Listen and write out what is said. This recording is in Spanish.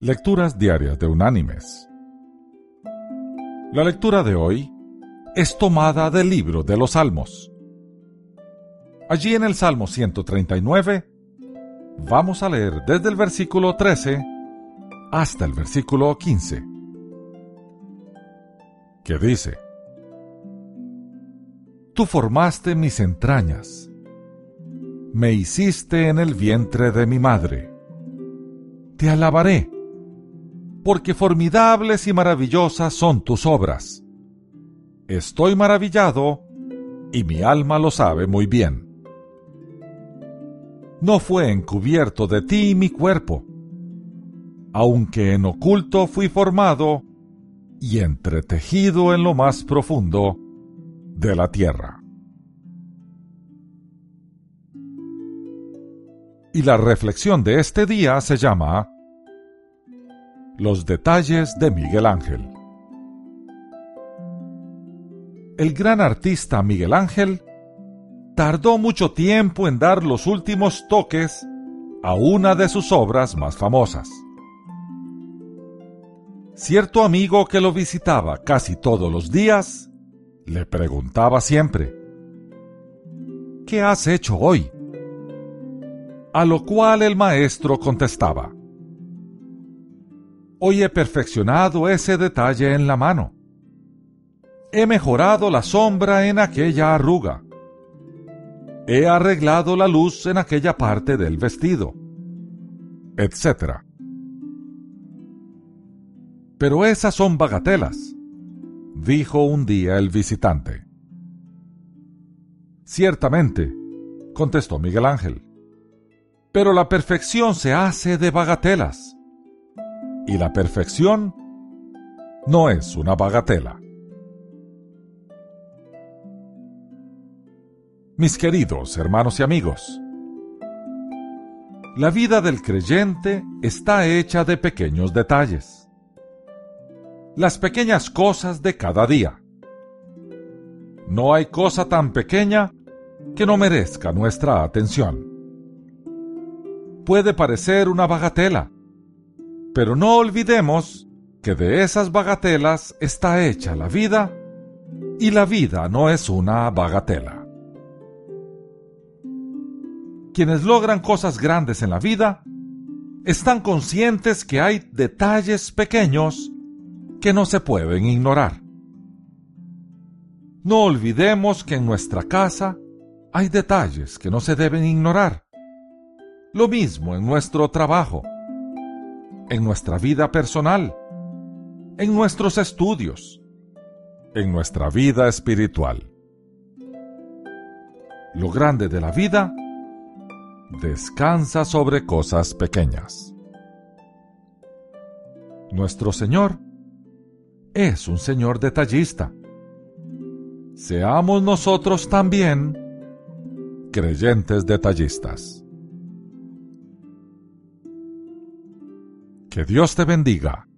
Lecturas diarias de Unánimes. La lectura de hoy es tomada del libro de los Salmos. Allí en el Salmo 139 vamos a leer desde el versículo 13 hasta el versículo 15, que dice: Tú formaste mis entrañas, me hiciste en el vientre de mi madre. Te alabaré, porque formidables y maravillosas son tus obras. Estoy maravillado, y mi alma lo sabe muy bien. No fue encubierto de ti mi cuerpo, aunque en oculto fui formado y entretejido en lo más profundo de la tierra. Y la reflexión de este día se llama Los detalles de Miguel Ángel. El gran artista Miguel Ángel tardó mucho tiempo en dar los últimos toques a una de sus obras más famosas. Cierto amigo que lo visitaba casi todos los días le preguntaba siempre: ¿qué has hecho hoy? A lo cual el maestro contestaba: hoy he perfeccionado ese detalle en la mano. He mejorado la sombra en aquella arruga. He arreglado la luz en aquella parte del vestido, etc. Pero esas son bagatelas, dijo un día el visitante. Ciertamente, contestó Miguel Ángel, pero la perfección se hace de bagatelas, y la perfección no es una bagatela. Mis queridos hermanos y amigos, la vida del creyente está hecha de pequeños detalles, las pequeñas cosas de cada día. No hay cosa tan pequeña que no merezca nuestra atención. Puede parecer una bagatela, pero no olvidemos que de esas bagatelas está hecha la vida, y la vida no es una bagatela. Quienes logran cosas grandes en la vida están conscientes que hay detalles pequeños que no se pueden ignorar. No olvidemos que en nuestra casa hay detalles que no se deben ignorar. Lo mismo en nuestro trabajo, en nuestra vida personal, en nuestros estudios, en nuestra vida espiritual. Lo grande de la vida descansa sobre cosas pequeñas. Nuestro Señor es un Señor detallista. Seamos nosotros también creyentes detallistas. Que Dios te bendiga